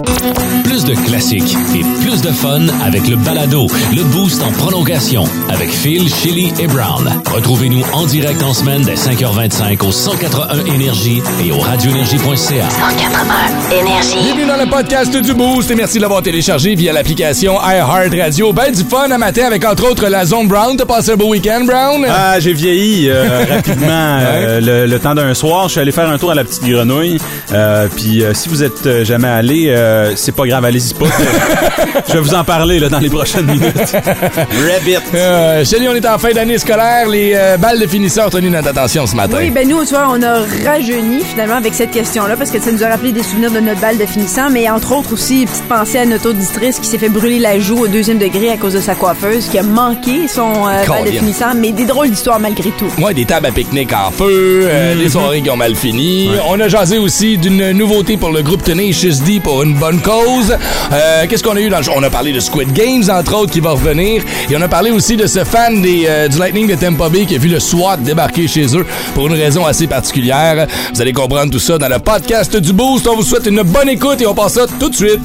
Plus de classiques et plus de fun avec le balado, le Boost en prolongation avec Phil, Chili et Brown. Retrouvez-nous en direct en semaine dès 5h25 au 181 Énergie et au radioénergie.ca. 181 Énergie. Bienvenue dans le podcast du Boost et merci de l'avoir téléchargé via l'application iHeartRadio. Ben du fun à matin avec entre autres la Zone Brown. T'as passé un beau week-end, Brown? Ah, j'ai vieilli rapidement. Le temps d'un soir, je suis allé faire un tour à la Petite Grenouille. Puis si vous êtes jamais allé, c'est pas grave, allez-y pas. Je vais vous en parler là, dans les prochaines minutes. Rabbit. Chélie, on est en fin d'année scolaire. Les balles de finisseur ont tenu notre attention ce matin. Oui, ben nous, tu vois, on a rajeuni finalement avec cette question-là parce que ça nous a rappelé des souvenirs de notre balle de finissant, mais entre autres aussi, petite pensée à notre auditrice qui s'est fait brûler la joue au 2e degré à cause de sa coiffeuse, qui a manqué son balle de finissant, mais des drôles d'histoires malgré tout. Ouais, des tables à pique-nique en feu, des soirées qui ont mal fini. Ouais. On a jasé aussi d'une nouveauté pour le groupe Tenacious D pour une bonne cause. Qu'est-ce qu'on a eu dans le show? On a parlé de Squid Games, entre autres, qui va revenir. Et on a parlé aussi de ce fan du Lightning de Tampa Bay qui a vu le SWAT débarquer chez eux pour une raison assez particulière. Vous allez comprendre tout ça dans le podcast du Boost. On vous souhaite une bonne écoute et on passe ça tout de suite.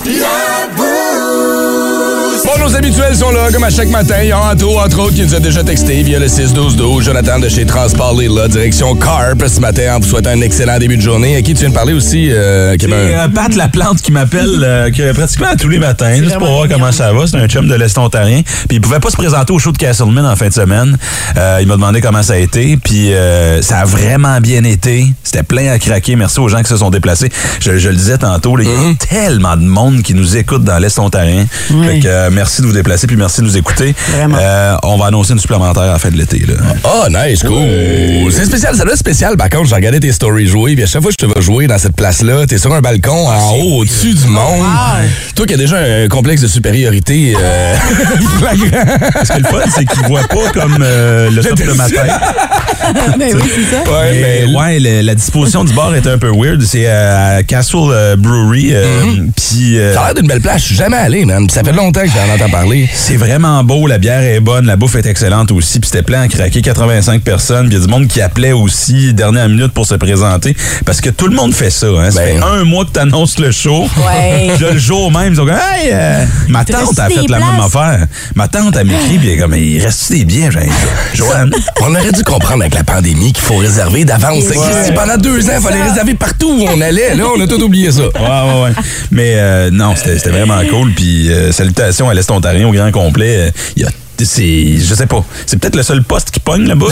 Bon, nos habituels sont là, comme à chaque matin. Il y a Anto, entre autres, qui nous a déjà texté via le 6-12-12. Jonathan de chez Transport Lila, direction Carp, ce matin, en vous souhaitant un excellent début de journée. À qui tu viens de parler aussi? Pat Laplante qui m'appelle pratiquement tous les matins, juste pour voir comment ça va. C'est un chum de l'Est ontarien. Puis il pouvait pas se présenter au show de Castleman en fin de semaine. Il m'a demandé comment ça a été. Puis ça a vraiment bien été. C'était plein à craquer. Merci aux gens qui se sont déplacés. Je le disais tantôt, il y a tellement de monde qui nous écoute dans l'Est ontarien. Fait que merci de vous déplacer puis merci de nous écouter. On va annoncer une supplémentaire à la fin de l'été. Nice, cool. C'est spécial, ça doit être spécial. Par contre, j'ai regardé tes stories jouer, puis à chaque fois que je te vois jouer dans cette place-là, t'es sur un balcon en haut, au-dessus du monde. Toi qui as déjà un complexe de supériorité flagrant. Parce que le fun, c'est qu'il voit pas comme le top de ma tête. Ben oui, c'est ça. La disposition du bar est un peu weird. C'est à Castle Brewery. Puis ça a l'air d'une belle place. Je suis jamais allé, man. Ça fait longtemps que j'en entends parler. C'est vraiment beau. La bière est bonne. La bouffe est excellente aussi. Puis c'était plein à craquer. 85 personnes. Puis il y a du monde qui appelait aussi dernière minute pour se présenter. Parce que tout le monde fait ça. Hein. Ça fait un mois que t'annonces le show. Ouais. Puis là, le jour même, ils ont dit « Hey, ma tante a fait la même affaire. Ma tante a m'écrit. Puis elle est comme « Il reste des billets? » Joanne. On aurait dû comprendre avec la pandémie qu'il faut réserver d'avance. Si pendant 2 ans, il fallait réserver partout où on allait. Là, on a tout oublié ça. Ouais. Mais non, c'était vraiment cool. Puis salutations à l'Est ontarien au grand complet. Il y a je sais pas. C'est peut-être le seul poste qui pogne là-bas.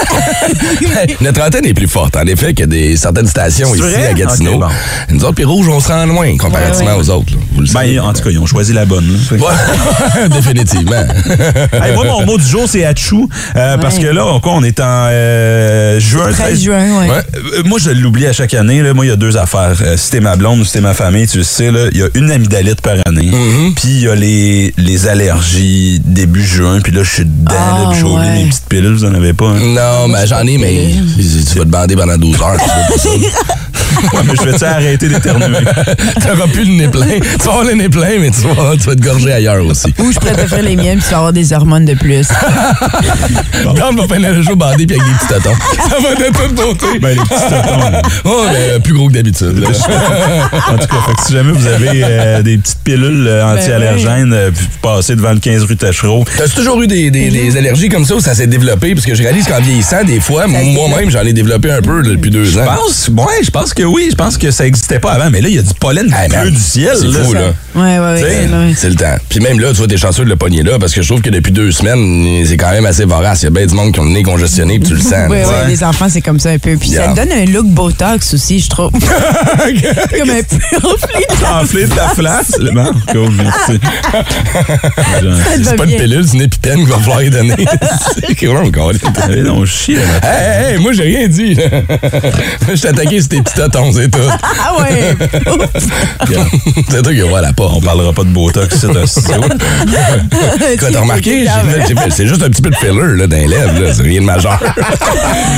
Notre antenne est plus forte, en effet, que certaines stations ici à Gatineau. Okay, bon. Nous autres, puis Rouge, on se rend loin comparativement aux autres. En tout cas, ils ont choisi la bonne. Définitivement. Moi, mon mot du jour, c'est Achou. Parce que là, on est en juin. 13 juin, moi, je l'oublie à chaque année. Là. Moi, il y a 2 affaires. Si t'es ma blonde ou si t'es ma famille, tu le sais, il y a une amygdalite par année. Puis il y a les allergies début juin. Puis là, je suis dedans, puis j'ai oublié mes petites pilules, vous en avez pas? Hein? Non, mais j'en ai, mais tu vas te bander pendant 12 heures. Ouais, mais je vais-tu arrêter d'éternuer? T'auras plus le nez plein. Tu vas avoir le nez plein, mais tu vas te gorger ailleurs aussi. Ou je préfère les miennes, puis tu vas avoir des hormones de plus. Regarde, on va finir le jour bandé puis avec des petits tâtons. Ça va de toute beauté. Ben, les petits tâtons. Oh, ben, plus gros que d'habitude. En tout cas, si jamais vous avez des petites pilules anti-allergènes, puis passez devant le 15 rue Tachereau. T'as toujours eu des allergies comme ça où ça s'est développé? Parce que je réalise qu'en vieillissant, des fois, moi-même, j'en ai développé un peu depuis 2 ans. Je pense que oui. Je pense que ça n'existait pas avant. Mais là, il y a du pollen bleu du ciel. C'est fou, là. Ouais. C'est le temps. Puis même là, tu vois, t'es chanceux de le pogner là parce que je trouve que depuis 2 semaines, c'est quand même assez vorace. Il y a bien du monde qui ont le nez congestionné puis tu le sens. Oui, les enfants, c'est comme ça un peu. Puis ça te donne un look Botox aussi, je trouve. Comme un peu enflé de la flasse. Bon, cool, merci. C'est pas une pilule, c'est une épipène qu'il va falloir y donner. C'est vraiment Allez, non, chie. Hey, moi, j'ai rien dit. Je t'ai attaqué sur tes petits totons, c'est tout. Ah ouais. C'est toi qui ouvre la porte. On parlera pas de Botox, c'est un studio. Quoi, t'as remarqué? C'est juste un petit peu de filler là, dans les lèvres. Là. C'est rien de majeur.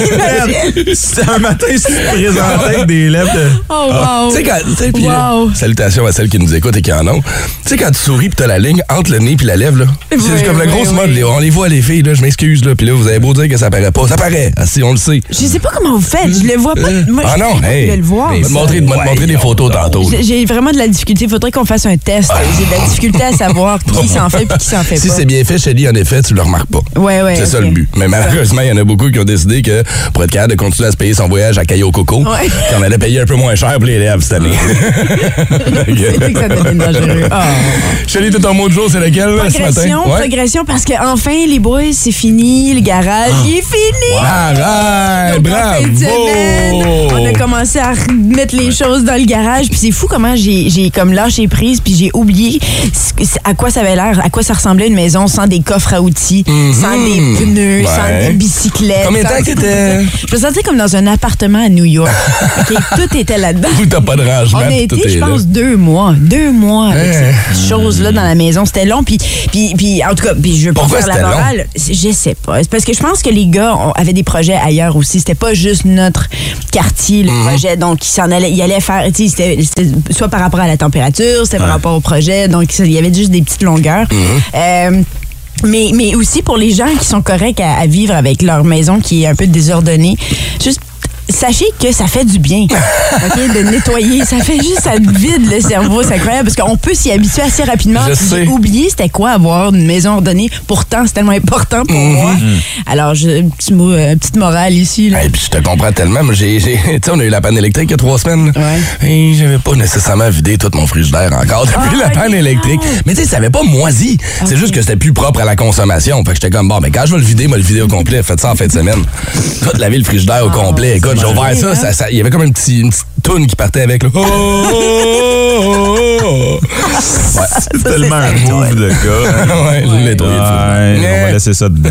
Un matin, si tu te présentais avec des lèvres de... Oh, wow. Tu sais, puis ça salutations à celles qui nous écoutent et qui en ont. Tu sais, quand tu souris pis t'as la ligne entre le nez pis la lèvre, là. C'est comme la grosse mode. On les voit, les filles, là. Je m'excuse, là. Puis là, vous avez beau dire que ça paraît pas. Ça paraît. Ah, si, on le sait. Je sais pas comment vous faites. Je le vois pas. Moi, hey. Je vais le voir. Je vais te montrer des photos tantôt. J'ai vraiment de la difficulté. Il faudrait qu'on fasse un test. J'ai de la difficulté à savoir qui s'en fait et qui s'en fait pas. Si c'est bien fait, Shelly, en effet, tu le remarques pas. Ouais. C'est ça le but. Mais malheureusement, il y en a beaucoup qui ont décidé que pour être capable de continuer à se payer son voyage à Cayo Coco, qu'on allait payer un peu moins cher pour les lèvres cette année. C'est que ça devient dangereux. Shelly, tout ton mot de jour, c'est lequel ce matin? Progression, parce que enfin les boys, c'est fini. Le garage, il est fini. Arrête, bravo! On a commencé à remettre les choses dans le garage. Puis c'est fou comment j'ai comme lâché prise. Puis j'ai oublié à quoi ça avait l'air, à quoi ça ressemblait une maison sans des coffres à outils, sans des pneus, sans des bicyclettes. Combien de temps que t'étais? Je me sentais comme dans un appartement à New York. Okay, tout était là-dedans. Où t'as pas de rangement. On a été, je pense, 2 mois. 2 mois avec ces choses-là dans la maison. C'était long. Puis en tout cas, je veux pas faire la morale. Je sais pas. C'est parce que je pense que les gars avaient des projets ailleurs aussi. C'était pas juste notre quartier, le projet. Donc, il allait faire, c'était soit par rapport à la température, c'était par rapport au projet. Donc, il y avait juste des petites longueurs. Mais aussi pour les gens qui sont corrects à vivre avec leur maison qui est un peu désordonnée. Juste sachez que ça fait du bien, de nettoyer. Ça fait juste, ça vide le cerveau. C'est incroyable parce qu'on peut s'y habituer assez rapidement. J'ai oublié c'était quoi avoir une maison ordonnée. Pourtant, c'est tellement important pour moi. Alors, petite morale ici. Là. Et puis, je te comprends tellement. Tu sais, on a eu la panne électrique il y a 3 semaines. Et j'avais pas nécessairement vidé tout mon frigidaire encore depuis la panne électrique. Mais tu sais, ça avait pas moisi. C'est juste que c'était plus propre à la consommation. Fait que j'étais comme, bon, mais quand je vais le vider, moi le vider au complet. Faites ça en fin de semaine. Tout laver le frigidaire au complet. Écoute, j'ai ouvert ça, il y avait comme une petite toune qui partait avec le c'est tellement un move de gars. On va laisser ça dedans.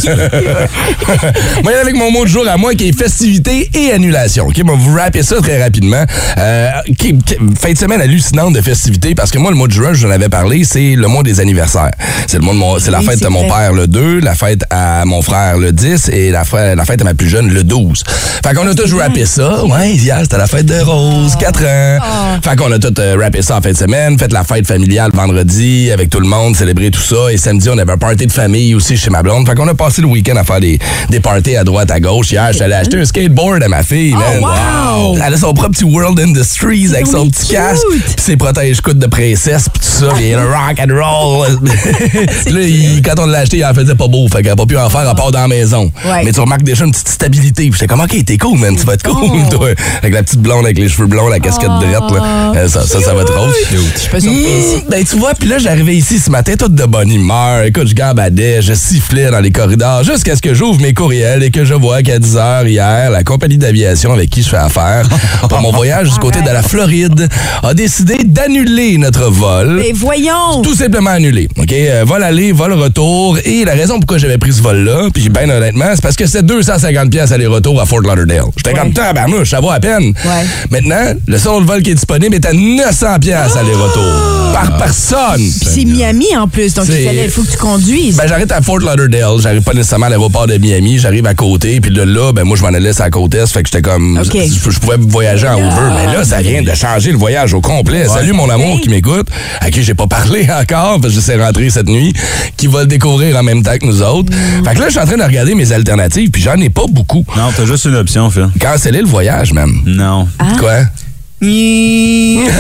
Moi, avec mon mot de jour à moi qui est festivité et annulation. OK, on va vous rapper ça très rapidement. Fin de semaine hallucinante de festivités parce que moi, le mois de juin, je vous en avais parlé, c'est le mois des anniversaires. C'est la fête de mon père le 2, la fête à mon frère le 10 et la fête à ma plus jeune le 12. Fait qu'on a tous rappé ça. Ouais, hier, c'était la fête de Rose, 4 ans. Fait qu'on a tous rappé ça en fin de semaine, fait la fête familiale vendredi avec tout le monde, célébrer tout ça. Et samedi, on avait un party de famille aussi chez ma blonde. Fait qu'on a passé le week-end à faire des parties à droite, à gauche. Hier, j'allais acheter un skateboard à ma fille, man. Wow! Elle a son propre petit World Industries avec son petit casque, pis ses protège-coudes de princesse, pis tout ça, pis le rock and roll. Là, quand on l'a acheté, il en faisait pas beau. Fait qu'elle a pas pu en faire à part dans la maison. Mais tu remarques déjà une petite stabilité. Pis j'étais comme, OK, t'es cool, man. Tu vas être cool, toi. Avec la petite blonde, avec les cheveux blonds, la casquette drette, là. Ça va être rose. Je suis pas surprise. Ben, tu vois, puis là, j'arrivais ici ce matin, toute de bonne humeur. Écoute, je gambadais, je sifflais dans les corridors, jusqu'à ce que j'ouvre mes courriels et que je vois qu'à 10h hier, la compagnie d'aviation avec qui je fais affaire pour mon voyage du côté de la Floride a décidé d'annuler notre vol. Mais voyons! Tout simplement annulé. OK? Vol aller, vol retour. Et la raison pourquoi j'avais pris ce vol-là, puis ben honnêtement, c'est parce que c'est 250$ aller-retour à Fort Lauderdale. J'étais comme, tabarnouche, ça vaut à peine. Maintenant, le seul vol qui est disponible est à 900$ aller-retour. Par personne. Puis c'est Miami en plus, donc il faut que tu conduises. Ben, j'arrête à Fort Lauderdale. J'arrive pas nécessairement à l'aéroport de Miami. J'arrive à côté. Puis là, ben moi, je m'en allais sur la côte est. Fait que j'étais comme... Je pouvais voyager en Uber. Mais là, ça vient de changer le voyage au complet. Salut mon amour qui m'écoute, à qui j'ai pas parlé encore, parce que je sais rentrer cette nuit, qui va le découvrir en même temps que nous autres. Fait que là, je suis en train de regarder mes alternatives, puis j'en ai pas beaucoup. Non, t'as juste une option, Phil. Canceller le voyage, même. Non. Quoi? Get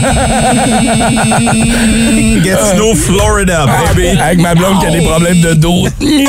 no Florida, baby. Avec ma blonde qui a des problèmes de dos.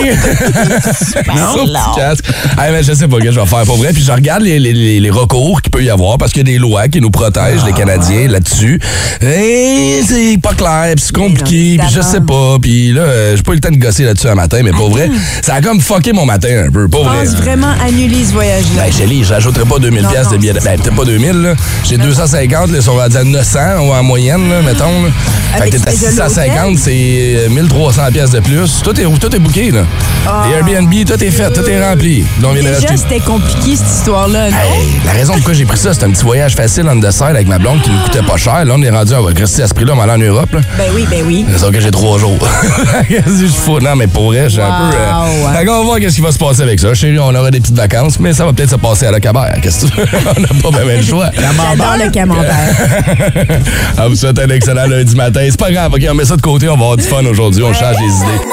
Non? Mais je sais pas ce que je vais faire pour vrai. Puis je regarde les recours qu'il peut y avoir parce qu'il y a des lois qui nous protègent, les Canadiens, là-dessus. Et c'est pas clair, puis c'est compliqué, puis je sais pas. Puis là, j'ai pas eu le temps de gosser là-dessus un matin, mais pour vrai, ça a comme fucké mon matin un peu. Pour vrai. Je pense vraiment annuler ce voyage-là. Ben, Chélie, j'ajouterais pas 2000$ de billets. Ben, peut-être pas 2000, là. J'ai 250, là, ils sont rendus à 900 ou en moyenne, là, mettons. Là. Fait que t'es à 650, c'est 1300$ de plus. Tout est booké, là. Les Airbnb, tout est fait, tout est rempli. Là, on vient de Déjà, c'était compliqué, cette histoire-là. Hey, la raison pourquoi j'ai pris ça, c'est un petit voyage facile on the side avec ma blonde qui nous coûtait pas cher. Là, on est rendu, on va rester à ce prix-là, on va aller en Europe. Là. Ben oui. C'est ça que j'ai 3 jours. Je fous. Non, mais pour vrai, j'ai un peu... Fait qu'on va voir qu'est-ce qui va se passer avec ça. Chérie, on aura des petites vacances, mais ça va peut-être se passer à la cabère. Qu'est-ce que tu veux? On n'a pas même le choix. La Mambert dans le camembert. Ah, vous souhaitez un excellent lundi matin. C'est pas grave, OK, on met ça de côté, on va avoir du fun aujourd'hui, on change les idées.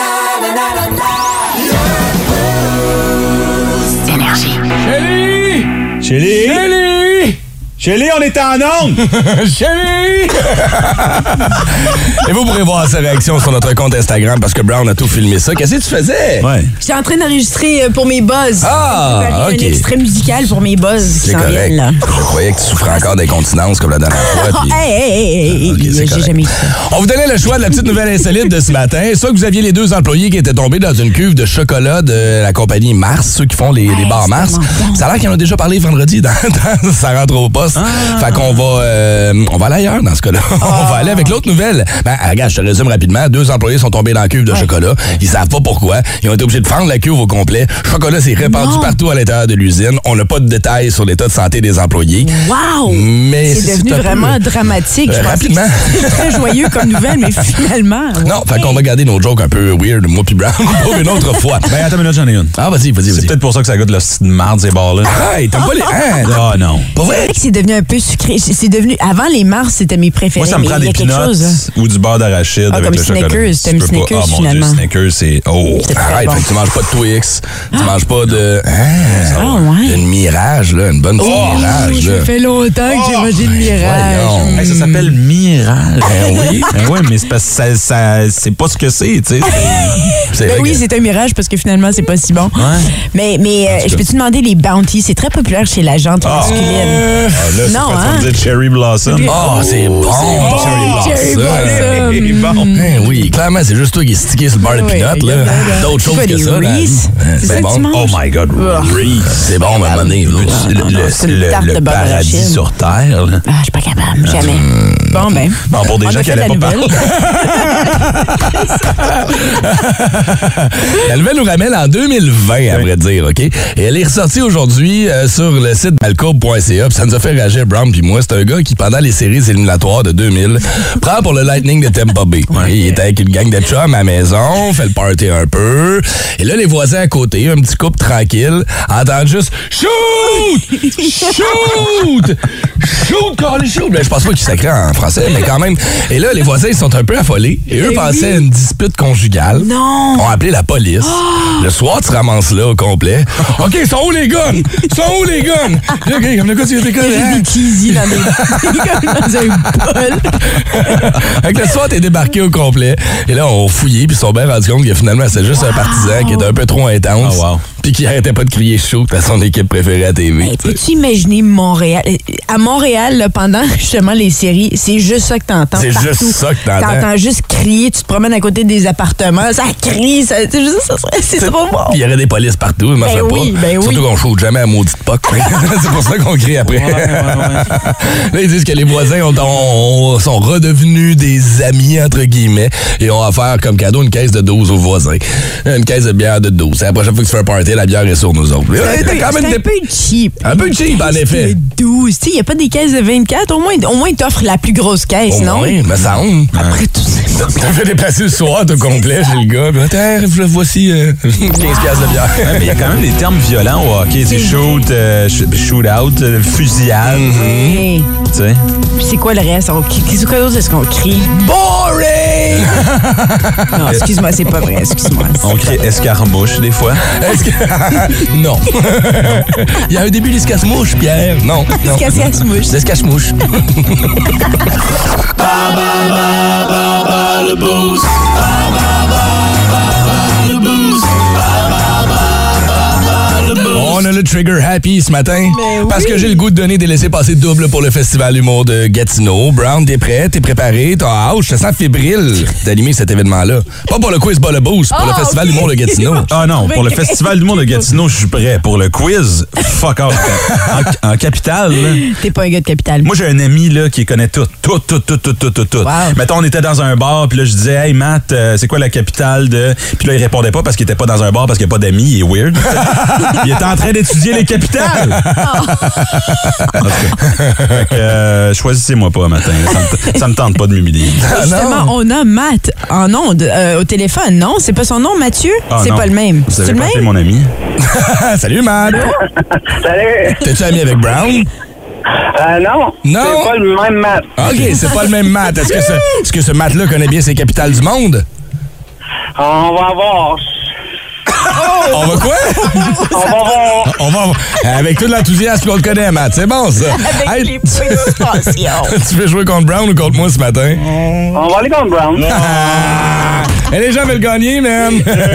Énergie. Chélie, on est en onde! Chérie! Et vous pourrez voir sa réaction sur notre compte Instagram parce que Brown a tout filmé ça. Qu'est-ce que tu faisais? Ouais. J'étais en train d'enregistrer pour mes buzz. Ah, J'ai OK. un extrait musical pour mes buzz qui C'est s'en correct. viennent, là. Je croyais que tu souffrais encore d'incontinence comme la dernière fois. Puis... Hey, Ok, c'est j'ai correct. jamais eu ça. On vous donnait le choix de la petite nouvelle insolite de ce matin. Soit que vous aviez les deux employés qui étaient tombés dans une cuve de chocolat de la compagnie Mars, ceux qui font les bars c'est Mars. tellement bon. Ça a l'air qu'ils en ont déjà parlé vendredi dans Ça rentre au poste. Fait qu'on va aller ailleurs dans ce cas-là. On va aller avec l'autre nouvelle. Ben, regarde, je te résume rapidement. 2 employés sont tombés dans la cuve de chocolat. Ils savent pas pourquoi. Ils ont été obligés de fendre la cuve au complet. Le chocolat s'est répandu partout à l'intérieur de l'usine. On n'a pas de détails sur l'état de santé des employés. Wow! Mais C'est devenu un peu- vraiment dramatique. Je pensais rapidement. que c'était très joyeux comme nouvelle, mais finalement... Non, fait qu'on va garder nos jokes un peu weird, moi puis Brown, pour une autre fois. Ben, attends une minute, j'en ai une. Ah, vas-y. C'est peut-être pour ça que ça goûte le style de marde, ces bars-là. Hey, t'aimes pas les... Hein? Ah, non. Pas C'est vrai? vrai que c'est devenu un peu sucré. C'est devenu... Avant, les Mars, c'était mes préférés. Moi, ça me mais prend il y des a quelque chose, hein. peanuts ou du beurre d'arachide avec comme le chocolat. Snickers. Tu T'aimes peux pas- Snickers, Ah, mon finalement. Dieu, Snickers, c'est... Oh! C'est très Arrête, bon. fait que tu manges pas de Twix, tu manges pas de... Ah, ouais. Une Mirage, là, une bonne petite Mirage, là. Ça fait longtemps que j'ai mangé de Mirage. voyons. Hey, ça s'appelle Mirage. Ben oui. Ben ouais, mais c'est parce que c'est pas ce que c'est, tu sais. C'est Ben vrai oui, que- c'est un mirage parce que finalement, c'est pas si bon. Mais je peux te demander les Bounty? C'est très populaire chez la gente masculine. Ah, là, c'est Non, pas hein? ça me dit Cherry Blossom. Oh, c'est bon, Cherry Cherry Blossom. Blossom. Ben oui, clairement, c'est juste toi qui es stické sur le beurre de Ouais, peanut, là. D'autres C'est choses quoi, que des ça, là. Reese? C'est ça C'est que tu bon. manges? Oh my God, Reese. C'est bon, à un moment donné, là. c'est une tarte de Le beurre paradis d'arachide. sur Terre, là. Ah, je suis pas capable, jamais. Bon, ben. Bon, pour des on gens a qui fait allaient la pas nouvelle. La nouvelle nous ramène en 2020, à vrai dire, OK? Et elle est ressortie aujourd'hui sur le site balcourbe.ca. Puis ça nous a fait réagir, Brown puis moi. C'est un gars qui, pendant les séries éliminatoires de 2000, prend pour le Lightning de Tampa Bay. Il était avec une gang de chums à la maison, fait le party un peu. Et là, les voisins à côté, un petit couple tranquille, entendent juste « Shoot! Shoot! Shoot, Carly, shoot! » Ben, je pense pas qu'ils sacraient en français, mais quand même. Et là, les voisins, ils sont un peu affolés. Et eux pensaient à une dispute conjugale. Non! Ont appelé la police. Le soir, tu te ramasses là au complet. OK, sont où les guns? Sont où les guns? OK, comme le gars, tu as des guns. Il y a hein? des cheesy dans dans un bol. Fait que le soir, t'es débarqué au complet. Et là, on fouillé, puis ils se sont bien rendus compte que finalement, c'est juste un partisan qui était un peu trop intense. Oh, wow. Puis qui arrêtait pas de crier shoot à son équipe préférée à TV. Hey, tu sais. peux-tu imaginer Montréal? À Montréal, là, pendant justement les séries, c'est juste ça que t'entends. C'est partout. juste ça que t'entends. T'entends juste crier, tu te promènes à côté des appartements, ça crie, c'est juste ça, c'est trop bon. Puis il y aurait des polices partout, je m'en Ben fais oui, pas. ben oui. Surtout qu'on shoot jamais à maudite POC. C'est pour ça qu'on crie après. Là, ils disent que les voisins sont redevenus des amis, entre guillemets, et ont offert comme cadeau une caisse de 12 aux voisins. Une caisse de bière de 12. C'est la prochaine fois que tu fais un party, la bière est sur nous autres. C'était quand même C'est un peu cheap. un peu cheap, en effet. 12. Tu sais, il n'y a pas des caisses de 24. Au moins ils t'offrent la plus grosse caisse, Au non? moins, me semble. Après tout ça. T'as fait déplacer le soir au complet chez le gars. Puis, tiens, voici 15 piastres de bière. Ouais, mais il y a quand même des termes violents au hockey. Tu sais, shoot, shoot-out, fusillade. Hey. Tu sais. Puis c'est quoi le reste? C'est quoi d'autre est-ce qu'on crie? Boring! Non, excuse-moi, c'est pas vrai. Excuse-moi. On crie escarmouche des fois. Est-ce que... non. Il y a un début d'escasse-mouche, Pierre. Non. non. Escasse-mouche. L'escasse-mouche. On a le Trigger Happy ce matin. Ben oui. Parce que j'ai le goût de donner des laissés-passer doubles pour le Festival Humour de Gatineau. Brown, t'es prêt? T'es préparé? T'as hâte? Je te sens fébrile d'animer cet événement-là. Pas pour le quiz Ball Boost, pour le Festival Humour de Gatineau. Ah non, pour le Festival du monde de Gatineau, je suis prêt. Pour le quiz, fuck off. En capitale, là, T'es pas un gars de capitale. moi, j'ai un ami là, qui connaît tout. Tout. Wow. Mettons, on était dans un bar, puis là, je disais, hey, Matt, c'est quoi la capitale de. Puis là, il répondait pas parce qu'il était pas dans un bar, parce qu'il n'y a pas d'amis, il est weird. Il était en train d'étudier les capitales. En tout cas, fait que, choisissez-moi pas, matin. Ça me tente pas de m'humilier. Justement, on a Matt en onde au téléphone, non? C'est pas son nom, Mathieu? Ah, c'est non. pas le même. Vous C'est avez le pas appelé même? mon ami? Salut, Matt. Salut! T'es-tu ami avec Brown? Non. Non? C'est pas le même math. OK, c'est pas le même math. Est-ce que ce math-là connaît bien ses capitales du monde? On va voir. On va quoi? On va voir. On va avec tout l'enthousiasme qu'on le connaît, Matt. C'est bon, ça. Avec les préoccupations. Tu veux jouer contre Brown ou contre moi ce matin? On va aller contre Brown. Et les gens veulent gagner, man.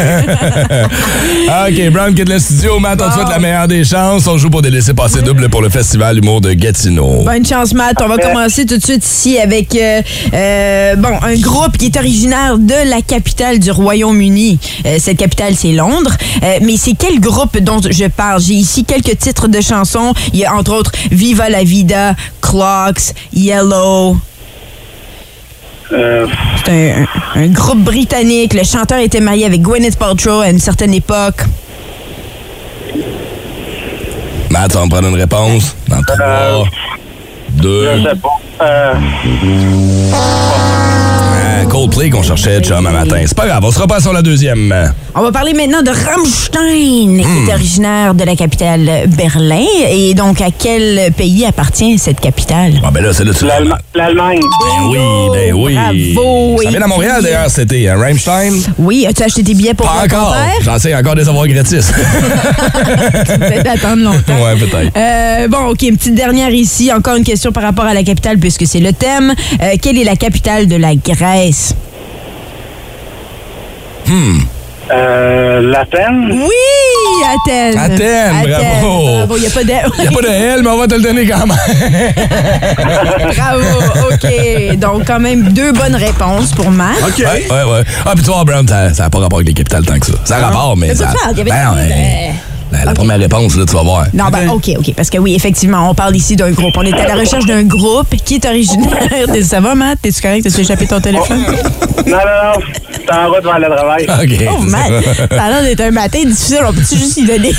OK, Brown quitte le studio. Matt, on te souhaite la meilleure des chances. On joue pour des laissez-passer doubles pour le Festival Humour de Gatineau. Bonne chance, Matt. On va commencer tout de suite ici avec un groupe qui est originaire de la capitale du Royaume-Uni. Cette capitale, c'est Londres. Mais c'est quel groupe dont je parle? J'ai ici quelques titres de chansons. Il y a entre autres Viva la Vida, Clocks, Yellow. C'est un groupe britannique. Le chanteur était marié avec Gwyneth Paltrow à une certaine époque. Matt, on va prendre une réponse dans 3, 2... Je sais pas. Coldplay qu'on cherchait, chum, un matin. C'est pas grave, on se repasse sur la deuxième. On va parler maintenant de Rammstein, qui est originaire de la capitale Berlin. Et donc, à quel pays appartient cette capitale? Ah ben là, c'est là tu L'Allemagne. Ben oui. Bravo. Ça vient à Montréal, d'ailleurs, cet été, hein, Rammstein? Oui, as-tu acheté tes billets pour Pas ton encore. père? J'essaie encore de les avoir gratis. Peut-être attendre longtemps. Ouais, peut-être. Bon, OK, une petite dernière ici. Encore une question par rapport à la capitale, puisque c'est le thème. Quelle est la capitale de la Grèce? L'Athènes? Oui, Athènes. Athènes, bravo. Il n'y a pas de... Il n'y a pas de L, mais on va te le donner quand même. Bravo, OK. Donc, quand même, 2 bonnes réponses pour Matt. OK. Ouais. Ah, puis tu vois, Brown, ça n'a pas rapport avec les capitales tant que ça. Ça a rapport, mais Mais ça... pas de il y avait la OK. première réponse, là, tu vas voir. Non, ben, OK. Parce que oui, effectivement, on parle ici d'un groupe. On est à la recherche d'un groupe qui est originaire de... Ça va, Matt? T'es-tu correct? T'as-tu échappé ton téléphone? Non. T'es en route vers le travail. OK. Oh, Matt, ça a l'air d'être un matin difficile. On peut-tu juste y donner?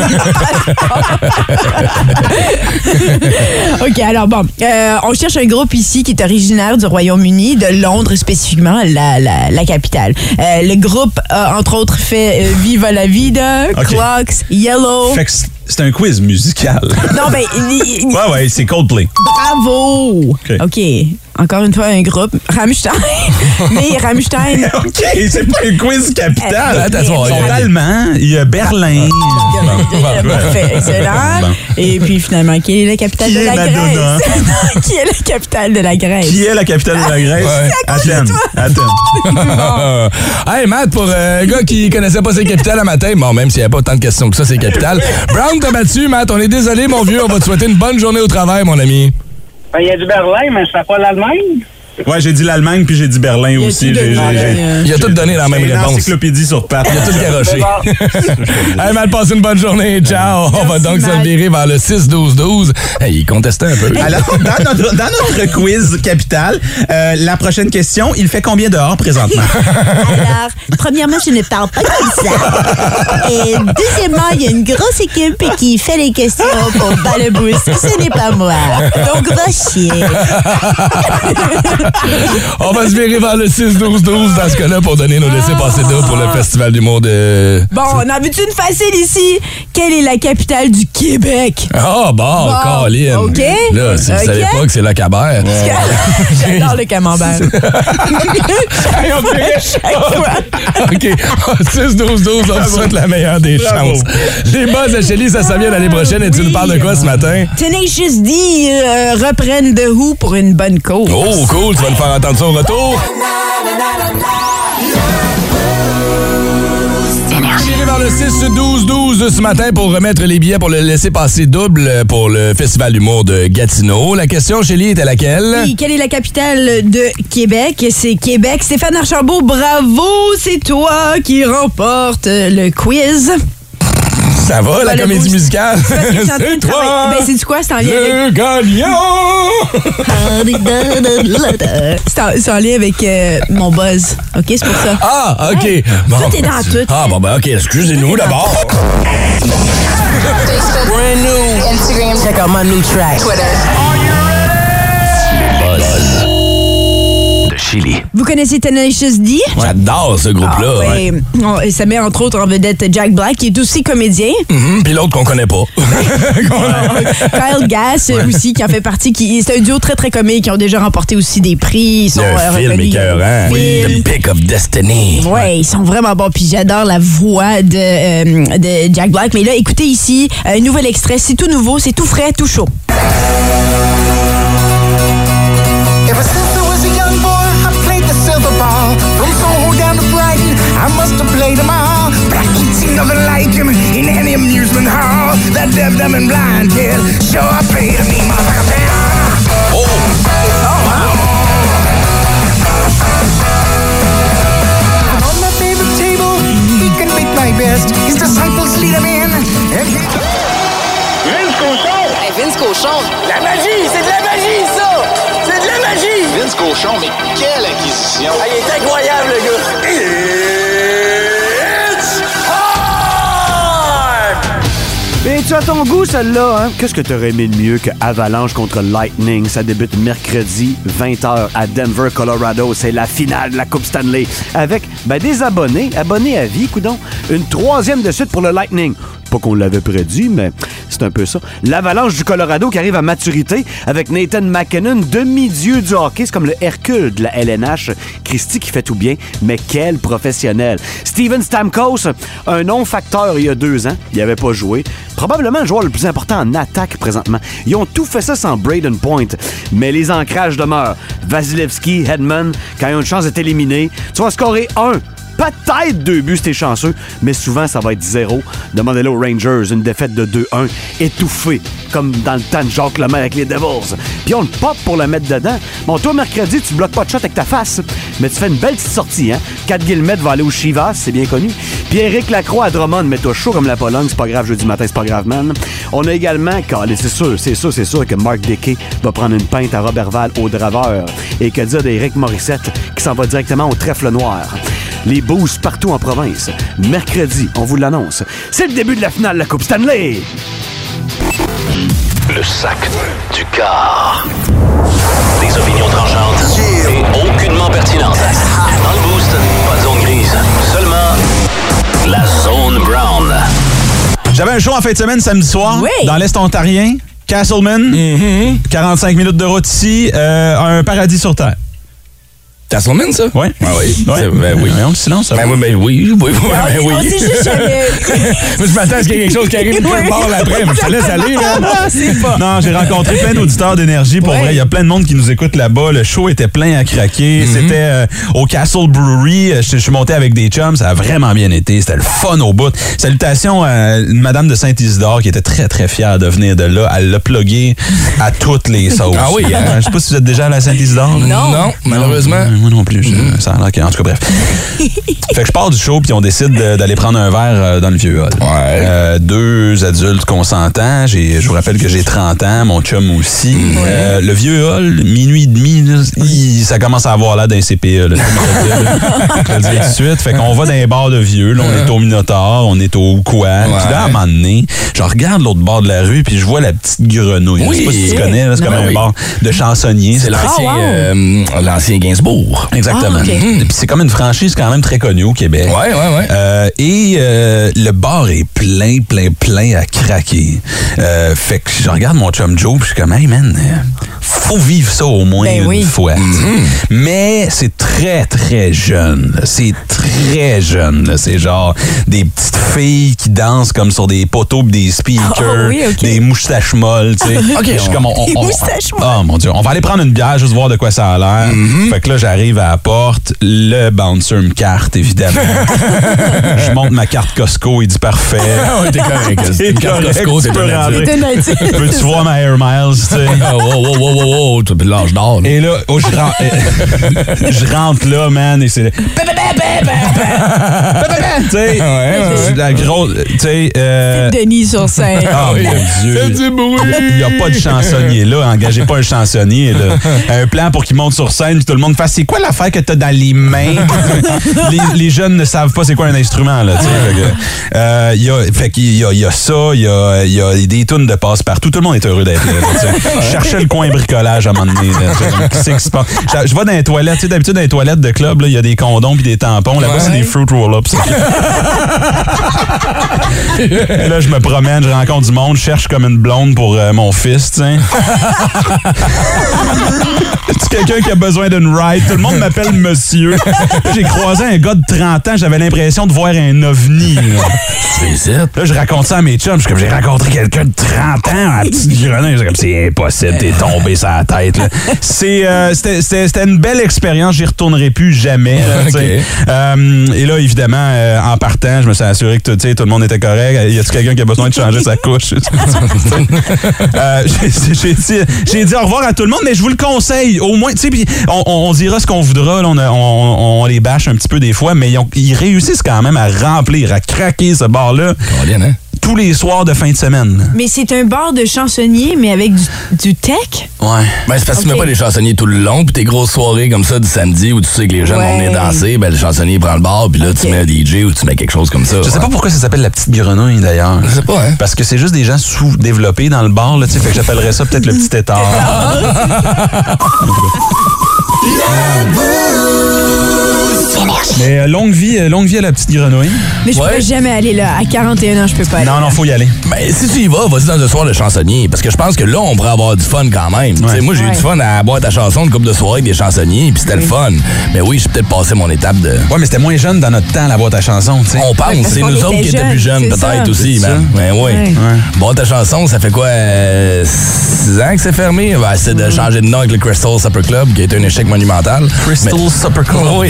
OK, alors bon. On cherche un groupe ici qui est originaire du Royaume-Uni, de Londres spécifiquement, la capitale. Le groupe a, entre autres, fait Viva la Vida, OK. Clocks, Yellow. Fait que c'est un quiz musical. Non, ben... Ouais, c'est Coldplay. Bravo! OK. Encore une fois, un groupe. Rammstein. Mais Rammstein... OK, c'est pas un quiz capital. Attends, Ils sont allemands. Il y a Berlin. Parfait, excellent. Bon. Et puis finalement, quelle est la capitale Qui de est la Madonna? Grèce? Qui est la capitale de la Grèce? Qui est la capitale de la Grèce? Ouais. Athènes. Hey, Matt, pour un gars qui connaissait pas ses capitales à matin, bon, même s'il n'y avait pas tant de questions que ça, ses capitales. Brown, t'as battu, Matt. On est désolé, mon vieux. On va te souhaiter une bonne journée au travail, mon ami. Ben, il y a du Berlin, mais c'est pas l'Allemagne. Ouais, j'ai dit l'Allemagne puis j'ai dit Berlin aussi. Il a tout donné dans la même J'ai une réponse. encyclopédie sur pattes. Il a tout garoché. Hey, Matt, passe une bonne journée. Ciao. On va donc se virer vers le 6-12-12. Hey, il contestait un peu. Alors, dans notre quiz capital, la prochaine question, il fait combien dehors présentement? Alors, premièrement, je ne parle pas comme ça. Et deuxièmement, il y a une grosse équipe qui fait les questions pour Balebous. Ce n'est pas moi. Donc, va chier. On va se virer vers le 6-12-12 dans ce cas-là pour donner nos laissez-passer d'eau pour le Festival d'humour de... Bon, on a vu une facile ici. Quelle est la capitale du Québec? Ah, bon, Colin. OK. Là, si vous savez pas que c'est le Cabert. J'adore le camembert. OK. 6-12-12, on te souhaite la meilleure des chances. Les buzz de Shelly, ça s'en vient l'année prochaine. Et tu nous parles de quoi ce matin? Tenacious D reprennent The Who pour une bonne cause. Oh, cool. Tu vas nous faire entendre ça au retour. J'irai vers le 6-12-12 ce matin pour remettre les billets pour le laisser-passer double pour le Festival d'humour de Gatineau. La question, Shelly, était laquelle? Oui, quelle est la capitale de Québec? C'est Québec. Stéphane Archambault, bravo! C'est toi qui remporte le quiz. Ça va, la le comédie boost. musicale? C'est toi! Ben, c'est du quoi? C'est en lien le gagnant! C'est en lien avec mon buzz. OK, c'est pour ça. Ah, OK. Hey, Bon. tout est dans tout. Ah, bon, ben, OK. Excusez-nous d'abord. Brand new. Instagram. Check out my new track. Twitter. Le buzz de Chili. Vous connaissez Tenacious D? J'adore ce groupe-là. Ouais. Et ça met entre autres en vedette Jack Black, qui est aussi comédien. Puis l'autre qu'on connaît pas. Kyle Gass aussi, qui en fait partie. C'est un duo très, très comique. Ils ont déjà remporté aussi des prix. Ils sont un film écœurant. The Pick of Destiny. Ouais, ils sont vraiment bons. Puis j'adore la voix de Jack Black. Mais là, écoutez ici, un nouvel extrait. C'est tout nouveau, c'est tout frais, tout chaud. Ever since I was a young boy, I played the silver ball. From Soho down to Brighton, I must have played them all. But I ain't seen nothing like him in any amusement hall. That deaf, dumb, and blind kid sure paid me, motherfucker. Oh! On my favorite table, he can make my best. His disciples lead him in. And he... Vince Cochon! Hey, Vince Cochon! La magie! C'est de la magie, ça! C'est de la magie! Vince Cochon, mais quelle acquisition! Ah, il est incroyable, le gars! It's time! Et tu as ton goût, celle-là, hein? Qu'est-ce que t'aurais aimé de mieux que Avalanche contre Lightning? Ça débute mercredi, 20h, à Denver, Colorado. C'est la finale de la Coupe Stanley. Avec des abonnés à vie, coudonc. Une 3e de suite pour le Lightning. Pas qu'on l'avait prédit, mais c'est un peu ça. L'Avalanche du Colorado qui arrive à maturité avec Nathan MacKinnon, demi-dieu du hockey. C'est comme le Hercule de la LNH. Christy qui fait tout bien, mais quel professionnel. Steven Stamkos, un non-facteur il y a 2 ans. Il n'avait pas joué. Probablement le joueur le plus important en attaque présentement. Ils ont tout fait ça sans Braden Point. Mais les ancrages demeurent. Vasilevski, Hedman, quand ils ont une chance d'être éliminés, tu vas scorer 1. Peut-être 2 buts si t'es chanceux, mais souvent ça va être 0. Demandez-le aux Rangers, une défaite de 2-1, étouffée, comme dans le temps de Jacques Lemaire avec les Devils. Puis on le pop pour le mettre dedans. Bon, toi, mercredi, tu bloques pas de shot avec ta face, mais tu fais une belle petite sortie, hein? Kat Guillemette va aller au Chivas, c'est bien connu. Puis Éric Lacroix à Drummond, mets-toi chaud comme la Pologne, c'est pas grave, jeudi matin, c'est pas grave, man. On a également, c'est sûr que Mark Dickey va prendre une pinte à Robertval au Draveur. Et que dire d'Éric Morissette, qui s'en va directement au Trèfle Noir. Les boosts partout en province. Mercredi, on vous l'annonce. C'est le début de la finale de la Coupe Stanley. Le sac du car. Des opinions tranchantes et aucunement pertinentes. Dans le boost, pas de zone grise. Seulement la zone brown. J'avais un show en fin de semaine samedi soir dans l'Est ontarien. Castleman, 45 minutes de route ici, un paradis sur terre. Castleman, ça? Oui. Ah oui. Ouais. Ben oui. Le silence, ça. Oui. C'est juste Je m'attends à ce qu'il y ait quelque chose qui arrive de bord après, mais je te laisse aller, là. c'est pas. Non, j'ai rencontré plein d'auditeurs d'énergie. Pour vrai, il y a plein de monde qui nous écoute là-bas. Le show était plein à craquer. C'était au Castle Brewery. Je suis monté avec des chums. Ça a vraiment bien été. C'était le fun au bout. Salutations à une madame de Saint-Isidore qui était très, très fière de venir de là. Elle l'a plugué à toutes les sauces. Ah oui, hein? Je sais pas si vous êtes déjà allé à Saint-Isidore. Non, malheureusement. Moi non plus. Ça a l'air que... En tout cas, bref. Fait que je pars du show puis on décide d'aller prendre un verre dans le vieux hall. Ouais. 2 adultes consentants. Je vous rappelle que j'ai 30 ans, mon chum aussi. Le vieux hall, minuit et demi, là, ça commence à avoir l'air d'un CPE. Là, je te le dis tout de suite. Fait qu'on va dans les bars de vieux. Là, on est au Minotaur, on est au Coual. Puis là, à un moment donné, je regarde l'autre bord de la rue puis je vois la petite grenouille. Je sais pas si tu connais, là, c'est comme un bar de chansonnier. C'est l'ancien Gainsbourg. Exactement. Puis c'est comme une franchise quand même très connue au Québec. Ouais. Et le bar est plein à craquer. Fait que je regarde mon chum Joe puis je suis comme, hey man, faut vivre ça au moins une fois. Mais c'est très, très jeune. C'est très jeune. Là. C'est genre des petites filles qui dansent comme sur des poteaux pis des speakers, des moustaches molles, tu sais. Je suis comme, oh mon Dieu, on va aller prendre une bière, juste voir de quoi ça a l'air. Fait que là, j'arrive à la porte, le bouncer me carte, évidemment. Je monte ma carte Costco, il dit parfait. T'es correct. Une carte Costco, t'es Peux-tu voir ma Air Miles, tu sais? Wow, tu as l'âge d'or. Et là, je rentre là, man, et c'est... Tu sais, la grosse... Tu sais... Denis sur scène. Oh mon Dieu. C'est du bruit. Il n'y a pas de chansonnier là. Engagez pas un chansonnier, là. Un plan pour qu'il monte sur scène et tout le monde fasse c'est quoi l'affaire que t'as dans les mains? les jeunes ne savent pas c'est quoi un instrument, là. Il y a ça, il y a des tunes de passe-partout. Tout le monde est heureux d'être là. Je cherchais le coin bricolage à un moment donné. Qu'est-ce qui se passe? Je vais dans les toilettes. Tu sais, d'habitude, dans les toilettes de club, il y a des condoms puis des tampons. Là-bas, c'est des fruit roll-ups. Et là, je me promène, je rencontre du monde, je cherche comme une blonde pour mon fils, tu sais. C'est quelqu'un qui a besoin d'une ride. Tout le monde m'appelle monsieur. J'ai croisé un gars de 30 ans, j'avais l'impression de voir un ovni. Là, je raconte ça à mes chums. Je suis comme, j'ai rencontré quelqu'un de 30 ans à la petite grenouille. C'est comme, c'est impossible, t'es tombé sur la tête. Là. C'était une belle expérience, j'y retournerai plus jamais. Là, okay. Et là, évidemment, en partant, je me suis assuré que tout le monde était correct. Y a-t-il quelqu'un qui a besoin de changer sa couche? J'ai dit au revoir à tout le monde, mais je vous le conseille. Au moins, tu sais, on dira ce qu'on voudra. Là, on les bâche un petit peu des fois, mais ils réussissent quand même à remplir, à craquer ce bar-là. Hein? Tous les soirs de fin de semaine. Mais c'est un bar de chansonniers, mais avec du tech? Ouais. Ben, c'est parce que tu mets pas les chansonniers tout le long, puis tes grosses soirées comme ça du samedi où tu sais que les jeunes vont venir danser, ben le chansonnier prend le bar, puis là tu mets un DJ ou tu mets quelque chose comme ça. Je sais pas pourquoi ça s'appelle la petite grenouille d'ailleurs. Je sais pas, hein. Parce que c'est juste des gens sous-développés dans le bar, là, tu sais, fait que j'appellerais ça peut-être le petit tétard. Mais longue vie à la petite grenouille. Mais je peux jamais aller là. À 41 ans, je peux pas aller. Non, faut y aller. Mais si tu y vas-y dans un soir de chansonnier. Parce que je pense que là, on pourrait avoir du fun quand même. Ouais. Moi, j'ai eu du fun à boire ta chanson, une couple de soirées avec des chansonniers, puis c'était le fun. Mais oui, j'ai peut-être passé mon étape de... Ouais, mais c'était moins jeune dans notre temps, la boire ta chanson, tu sais. On pense, c'est nous autres qui étaient plus jeunes, peut-être aussi, man. Mais oui. Boire ta chanson, ça fait quoi? 6 ans que c'est fermé? Ben, c'est de changer de nom avec le Crystal Supper Club, qui a été un échec monumental. Crystal Supper Club. Oui.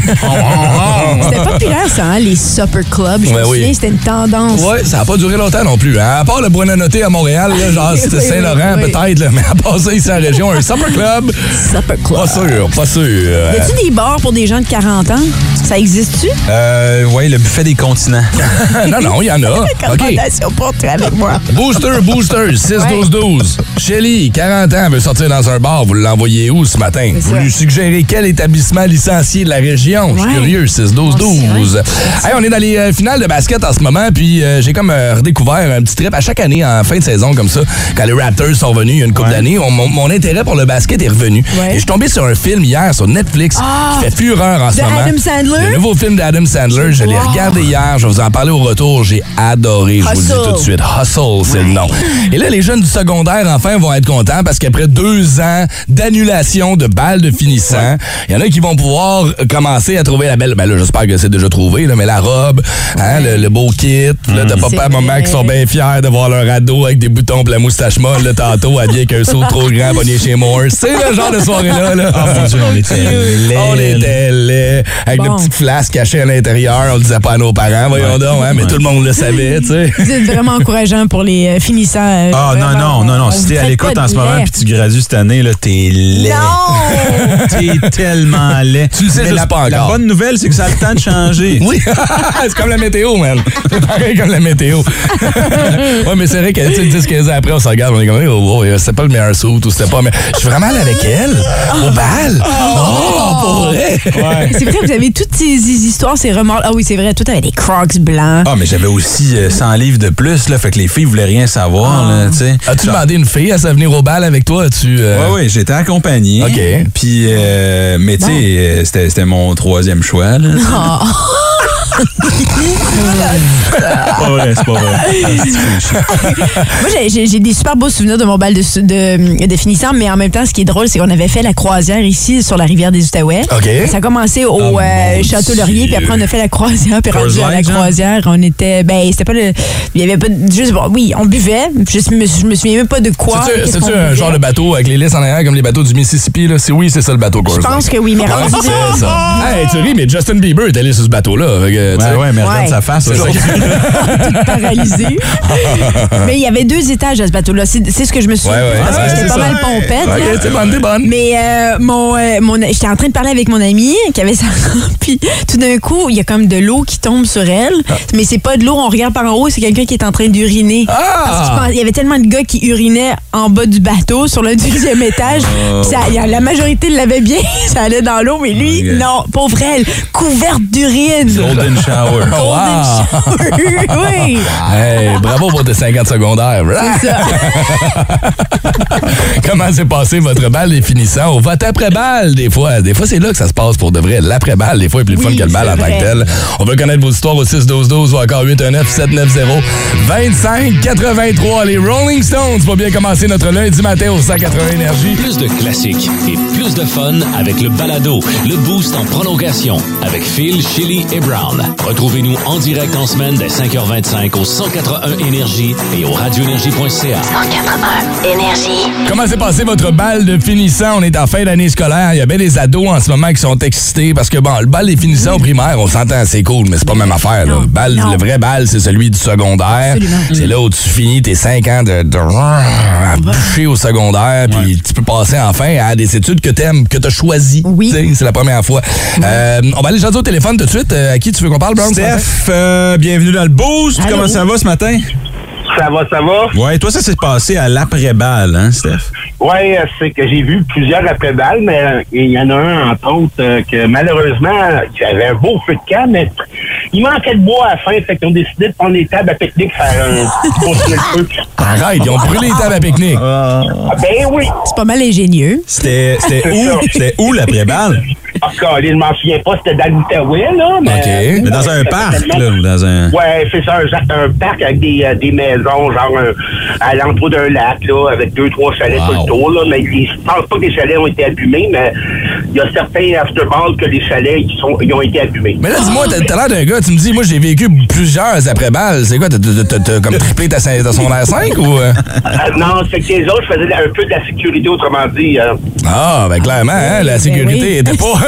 C'était populaire, ça, hein, les supper clubs. Je me souviens, c'était une tendance. Oui, ça n'a pas duré longtemps non plus. Hein. À part le Buonanotte à Montréal, là, genre c'était Saint-Laurent peut-être, là, mais à part ça, ici en région, un supper club. Supper club. Pas sûr. Y a-tu des bars pour des gens de 40 ans? Ça existe-tu? Oui, le buffet des continents. non, il y en a. Recommandation pour toi avec moi. Booster, 6-12-12. Shelly, 40 ans, veut sortir dans un bar. Vous l'envoyez où ce matin? Vous lui suggérez quel établissement licencié de la région? Je suis curieux, 6-12-12. Hey, on est dans les finales de basket en ce moment, puis j'ai comme redécouvert un petit trip à chaque année en fin de saison comme ça. Quand les Raptors sont revenus il y a une couple d'années, mon intérêt pour le basket est revenu. Et je suis tombé sur un film hier sur Netflix qui fait fureur en ce moment. Adam Sandler? Le nouveau film d'Adam Sandler, je l'ai regardé hier, je vais vous en parler au retour, j'ai adoré, je vous le dis tout de suite. Hustle, c'est le nom. Et là, les jeunes du secondaire, enfin, vont être contents parce qu'après 2 ans d'annulation de balles de finissant, il y en a qui vont pouvoir commencer à trouver la belle... Ben là, j'espère que c'est déjà trouvé, là, mais la robe, hein, le beau kit, là, t'as papa et maman qui sont bien fiers de voir leur ado avec des boutons pour la moustache molle, là, tantôt, habillé avec un saut trop grand, pogné chez Morse. C'est le genre de soirée-là, là. Oh mon Dieu, on était laid. On était laid. Avec le petit flasque caché à l'intérieur, on le disait pas à nos parents, voyons donc, hein, mais tout le monde le savait, tu sais. Vous êtes vraiment encourageant pour les finissants. Non. Si t'es à l'écoute en ce moment puis tu gradues cette année, là, t'es laid. Non! T'es tellement laid. Tu le sais juste pas encore. La bonne nouvelle, c'est que ça a le temps de changer. Oui, c'est comme la météo, man. C'est pareil comme la météo. Ouais, mais c'est vrai que 10-15 ans après, on se regarde, on est comme, oh, c'était pas le meilleur saut ou c'était pas. Mais je suis vraiment allé avec elle, au bal. Pour vrai. Ouais. C'est vrai, vous avez toutes ces histoires, ces remords. Ah oui, c'est vrai, tout avait des Crocs blancs. Ah, mais j'avais aussi 100 livres de plus, là, fait que les filles voulaient rien savoir, là, tu sais. As-tu demandé une fille à venir au bal avec toi? Oui, j'étais accompagné. OK. Puis, mais tu sais, c'était mon 3e choix, là. C'est pas vrai. Moi, j'ai des super beaux souvenirs de mon bal de finissant, mais en même temps, ce qui est drôle, c'est qu'on avait fait la croisière ici sur la rivière des Outaouais. Okay. Ça a commencé au Château Laurier, puis après, on a fait la croisière, puis rendu à la croisière, on était... Ben, c'était pas le... Il y avait pas... Juste, oui, on buvait, je me souviens même pas de quoi. C'est-tu un genre de bateau avec les lisses en arrière, comme les bateaux du Mississippi, là? Oui, c'est ça le bateau. Je pense que oui, mais rendu c'est ça. Hey, tu ris, mais Justin Bieber est allé sur ce bateau-là. Ouais, mais regarde sa face. Tout paralysé. Mais il y avait 2 étages à ce bateau-là. C'est ce que je me souviens. Parce que j'étais pas mal pompette. OK, c'est bonne. Mais j'étais en train de parler avec mon ami qui avait ça. Puis tout d'un coup, il y a comme de l'eau qui tombe sur elle. Mais c'est pas de l'eau, on regarde par en haut, c'est quelqu'un qui est en train d'uriner. Parce qu'il y avait tellement de gars qui urinaient en bas du bateau sur le 2e étage. Puis la majorité l'avait bien. Ça allait dans l'eau, mais lui, non, pauvre elle, couverte d'urine. Golden shower. Oui. Hey, bravo pour tes 50 secondaires. C'est ça. Comment s'est passé votre balle des finissants au vote après-balle, des fois? Des fois, c'est là que ça se passe pour de vrai. L'après-balle, des fois, est plus fun que le bal en tant que tel. On veut connaître vos histoires au 6-12-12 ou encore 819-790-2583. Les Rolling Stones pour bien commencer notre lundi matin au 180 Énergie. Plus de classiques et plus de fun avec le balado, le Boost en prolongation avec Phil, Chili et Brown. Retrouvez-nous en direct en semaine dès 5h25 au 181 Énergie et au radioénergie.ca. 181 Énergie. Comment s'est passé votre bal de finissant? On est en fin d'année scolaire. Il y a bien des ados en ce moment qui sont excités parce que, bon, le bal des finissants au primaire, on s'entend, c'est cool, mais c'est pas la même affaire. Là. Le vrai bal, c'est celui du secondaire. Absolument. C'est là où tu finis tes 5 ans de boucher au secondaire, puis tu peux passer enfin à des études que t'aimes, que t'as choisies. Oui. C'est la première fois. On va aller jaser au téléphone tout de suite. À qui tu veux qu'on parle, Brown? Steph, bienvenue dans le Boost. Allô? Comment ça va ce matin? Ça va. Ouais, toi, ça s'est passé à l'après-balle, hein, Steph? Ouais, c'est que j'ai vu plusieurs après-balles, mais il y en a un, entre autres, que malheureusement, il y avait un beau feu de camp, mais il manquait de bois à la fin, fait qu'ils ont décidé de prendre les tables à pique-nique, pour le feu. Arrête, ils ont brûlé les tables à pique-nique. Ben oui. C'est pas mal ingénieux. C'était où l'après-balle? Encore, je m'en souviens pas, c'était dans l'Outaouais, là. Mais, OK. Mais dans un parc, là, ou dans un... Ouais, c'est ça, un parc avec des maisons, genre à l'entour d'un lac, là, avec 2-3 chalets tout le tour, là. Mais je pense pas que les chalets ont été abîmés, mais il y a certains afterballs que les chalets ils ont été abîmés. Mais là, dis-moi, t'as l'air d'un gars, tu me dis, moi, j'ai vécu plusieurs après-balles. C'est quoi, t'as comme triplé ta secondaire 5 ou... Non, c'est que les autres faisaient un peu de la sécurité, autrement dit. Ah, ben clairement, hein, la sécurité était pas...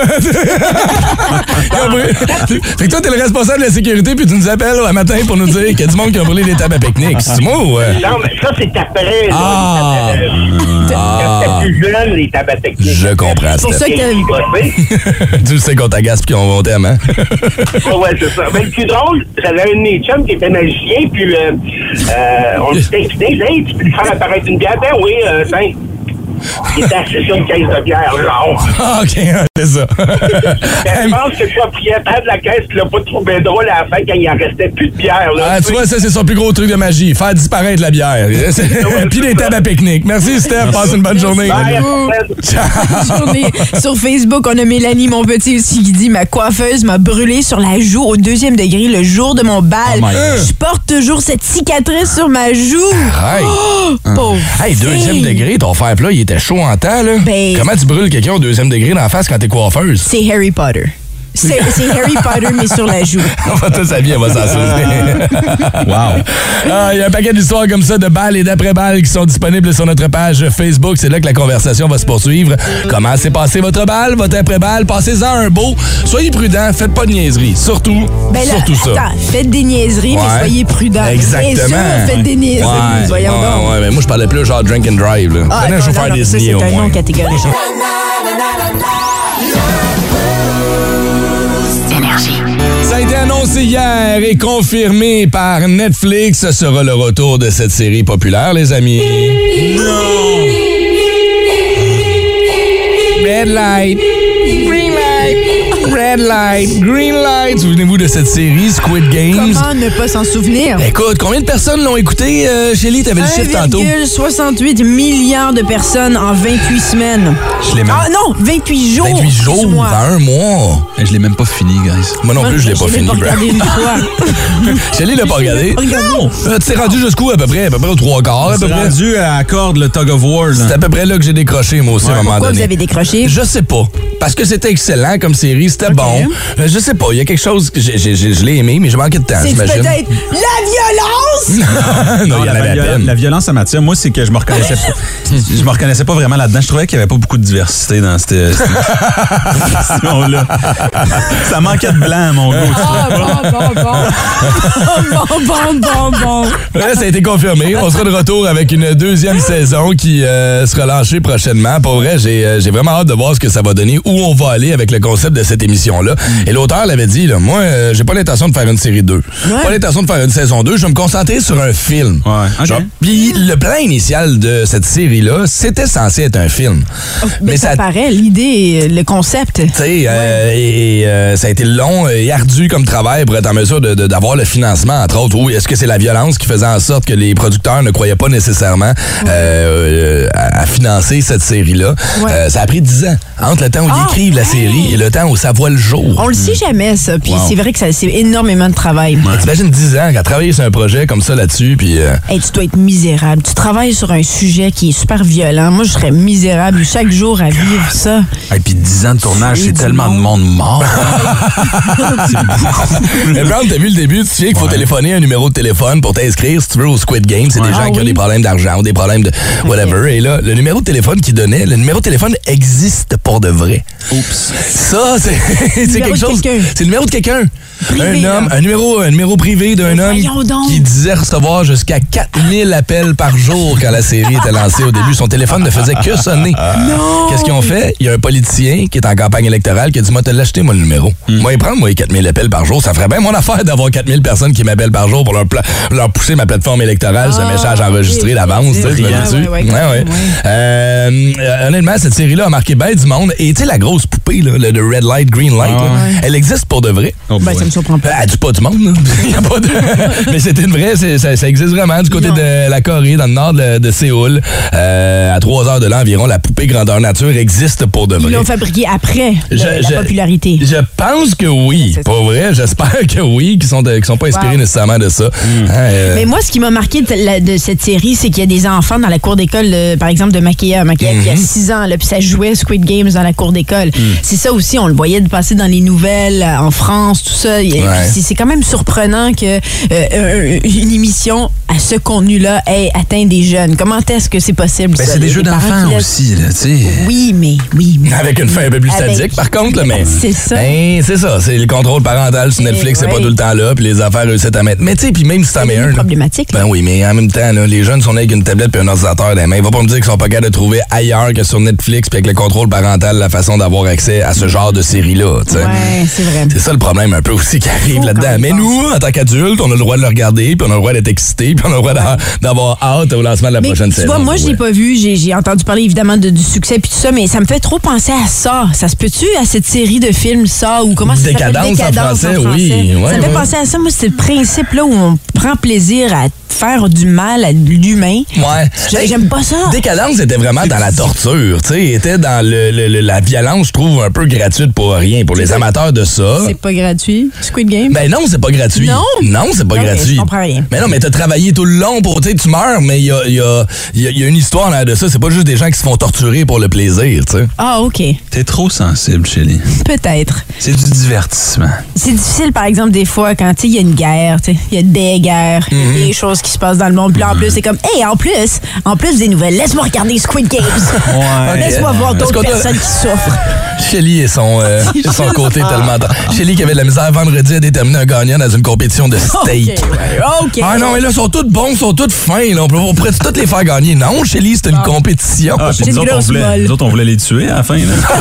Fait que toi, t'es le responsable de la sécurité, puis tu nous appelles un matin pour nous dire qu'il y a du monde qui a brûlé des tables à pique-nique. C'est moi ou... Non, mais ça, c'est après. C'était plus jeune, les tables à pique-nique. Je comprends. C'est pour ça que tu sais qu'on t'agace puis qu'on t'aime, hein? Ouais, c'est ça. Mais le plus drôle, j'avais un de mes chums qui était magicien, puis on s'était expliqué, hey, tu peux lui faire apparaître une bière? Ben oui, tiens. Il était assis sur une caisse de bière, genre. Ah, OK, c'est ça. Je pense que le propriétaire de la caisse l'a pas trouvé drôle à la fin quand il en restait plus de bière. Là, tu vois, ça, c'est son plus gros truc de magie. Faire disparaître la bière. Puis les tables à pique-nique. Merci, Steph. Passe une bonne journée. Sur Facebook, on a Mélanie, mon petit aussi, qui dit « Ma coiffeuse m'a brûlé sur la joue au 2e degré le jour de mon bal. Je porte toujours cette cicatrice sur ma joue. » Pauvre Hey, 2e degré, ton fer plat, il était chaud en temps, là. Ben, comment tu brûles quelqu'un au 2e degré dans la face quand t'es coiffeuse? C'est Harry Potter. C'est Harry Potter, mais sur la joue. On va tous sa vie, on va s'en souvenir. Wow. Il y a un paquet d'histoires comme ça, de balles et d'après-balles qui sont disponibles sur notre page Facebook. C'est là que la conversation va se poursuivre. Comment s'est passé votre balle, votre après-balle? Passez-en un beau. Soyez prudents, faites pas de niaiseries. Surtout, surtout ça. Attends, faites des niaiseries, mais soyez prudents. Exactement. Bien sûr, faites des niaiseries. Voyons donc. Ouais, mais moi, je parlais plus genre drink and drive. Là. Prenez un chauffeur désigné au moins. C'est un nom catégorique. Ça a été annoncé hier et confirmé par Netflix. Ce sera le retour de cette série populaire, les amis. Non! Red light, green light, red light, green light. Souvenez-vous de cette série, Squid Games. Comment ne pas s'en souvenir? Écoute, combien de personnes l'ont écouté, Shelly? T'avais le chiffre tantôt. 1,68 milliard de personnes en 28 semaines. Je l'ai même... Ah non, 28 jours. 28 jours, dans un mois. Je l'ai même pas fini, guys. Moi non plus, je l'ai pas fini. Shelly l'a pas regardé. Non. Tu t'es rendu jusqu'où à peu près? À peu près aux 3/4. Je suis rendu à corde le Tug of War. C'est à peu près là que j'ai décroché, moi aussi, à un moment donné. Pourquoi vous avez décroché? Je sais pas. Parce que c'était excellent comme série, c'était bon. Je sais pas, il y a quelque chose que je l'ai aimé, mais je manquais de temps, j'imagine. C'est peut-être la violence! Non, il y en avait à peine. La violence, ça m'attire. Moi, c'est que je me reconnaissais pas. Je me reconnaissais pas vraiment là-dedans. Je trouvais qu'il y avait pas beaucoup de diversité dans cette émission-là. Ça manquait de blanc, mon gars. Bon. Là, ça a été confirmé. On sera de retour avec une deuxième saison qui sera lancée prochainement. Pour vrai, j'ai vraiment hâte de voir ce que ça va donner, où on va aller avec le concept de cette émission-là. Et l'auteur l'avait dit, là, moi, j'ai pas l'intention de faire une série 2. Pas l'intention de faire une saison 2. Je vais me concentrer sur un film. Puis le plan initial de cette série-là, c'était censé être un film. Mais ça paraît, l'idée, le concept. Tu sais, ça a été long et ardu comme travail pour être en mesure d'avoir le financement, entre autres. Oui, est-ce que c'est la violence qui faisait en sorte que les producteurs ne croyaient pas nécessairement à financer cette série-là? Ça a pris 10 ans entre le temps où ils écrivent la série et le temps où ça voit le jour. On le sait jamais, ça. Puis c'est vrai que c'est énormément de travail. T'imagines 10 ans qu'à travailler sur un projet comme ça là-dessus, puis... Hey, tu dois être misérable. Tu travailles sur un sujet qui est super violent. Moi, je serais misérable chaque jour à vivre ça. Et puis 10 ans de tournage, c'est tellement de monde mort. Mais Brown, t'as vu le début, tu sais qu'il faut téléphoner un numéro de téléphone pour t'inscrire, si tu veux, au Squid Game. C'est des gens qui ont des problèmes d'argent ou des problèmes de whatever. Et là, le numéro de téléphone qu'il donnait, le numéro de téléphone existe pour de vrai. Oups. Ça, c'est quelque chose... C'est le numéro de quelqu'un. Privé, un numéro privé d'un homme qui disait recevoir jusqu'à 4000 appels par jour quand la série était lancée au début. Son téléphone ne faisait que sonner. Qu'est-ce qu'ils ont fait? Il y a un politicien qui est en campagne électorale qui a dit, moi, te l'acheter, moi, le numéro. Moi, il prend, moi, 4000 appels par jour. Ça ferait bien mon affaire d'avoir 4000 personnes qui m'appellent par jour pour leur pousser ma plateforme électorale, ce message enregistré d'avance. Honnêtement, cette série-là a marqué bien du monde. Et tu sais, la grosse poupée, là, le Red Light, Green Light, elle existe pour de vrai. Ça me surprend pas. Elle tue pas du monde, là. Il y a pas de... Mais c'était une vraie, ça existe vraiment du côté de la Corée, dans le nord de Séoul. À 3 heures de là environ, la poupée grandeur nature existe pour de vrai. Ils l'ont fabriquée après la popularité. Je pense que oui. Pas vrai, j'espère que oui, qu'ils sont pas inspirés nécessairement de ça. Mais moi, ce qui m'a marqué de cette série, c'est qu'il y a des enfants dans la cour d'école, par exemple, de Maquia qui a 6 ans, puis ça jouait Squid Games dans la cour d'école. C'est ça aussi, on le voyait passer dans les nouvelles en France, tout ça. C'est quand même surprenant que une émission à ce contenu-là ait atteint des jeunes. Comment est-ce que c'est possible? Ben, c'est des jeux d'enfants aussi, là, tu sais. Oui, mais... Avec une fin un peu plus sadique, par contre, là, mais... C'est ça. Ben, c'est ça. C'est le contrôle parental sur Netflix, c'est pas tout le temps là, puis les affaires réussissent à mettre. Mais tu sais, puis même si t'en mets un... C'est problématique. Ben oui, mais en même temps, là, les jeunes sont nés avec une tablette puis un ordinateur dans les mains. Va pas me dire qu'ils sont pas capables de trouver ailleurs que sur Netflix puis avec le contrôle parental, la façon d'avoir accès à ce genre de série-là, tu sais. Ouais, c'est vrai. C'est ça le problème un peu aussi qui arrive là-dedans. Mais nous, en tant qu'adultes, on a le droit de le regarder, puis on a le droit d'être excités, puis on a le droit d'avoir hâte au lancement de la prochaine saison. Tu vois, moi, je l'ai pas vu. J'ai entendu parler évidemment du succès puis tout ça, mais ça me fait trop penser à ça. Ça se peut-tu à cette série de films, ça, ou comment ça s'appelle? Décadence en français, oui. Ça me fait penser à ça. Moi, c'est le principe-là où on prend plaisir à faire du mal à l'humain. Ouais. J'aime pas ça. Décadence était vraiment dans la torture, tu sais, était dans la violence, je trouve, un peu gratuite pour rien. Pour les amateurs de ça. C'est pas gratuit. Squid Game? Ben non, c'est pas gratuit. Non, c'est pas gratuit. Je comprends rien. Mais non, mais t'as travaillé tout le long pour, tu sais, tu meurs, mais il y a une histoire là de ça. C'est pas juste des gens qui se font torturer pour le plaisir, tu sais. Ah, OK. T'es trop sensible, Shelly. Peut-être. C'est du divertissement. C'est difficile, par exemple, des fois, quand, tu sais, il y a une guerre, tu sais, il y a des guerres, il y a des choses qui se passent dans le monde. Puis là, en plus, c'est comme, hey, en plus des nouvelles, laisse-moi regarder Squid Games. Laisse-moi voir d'autres personnes qui souffrent. Shelly et son côté tellement... Shelly qui avait de la misère vendredi à déterminer un gagnant dans une compétition de steak. OK. Ah non, mais là, ils sont tous bons, ils sont tous fins. Là. On pourrait toutes les faire gagner. Non, Shelly, c'était une compétition. Nous autres, on voulait les tuer à la fin.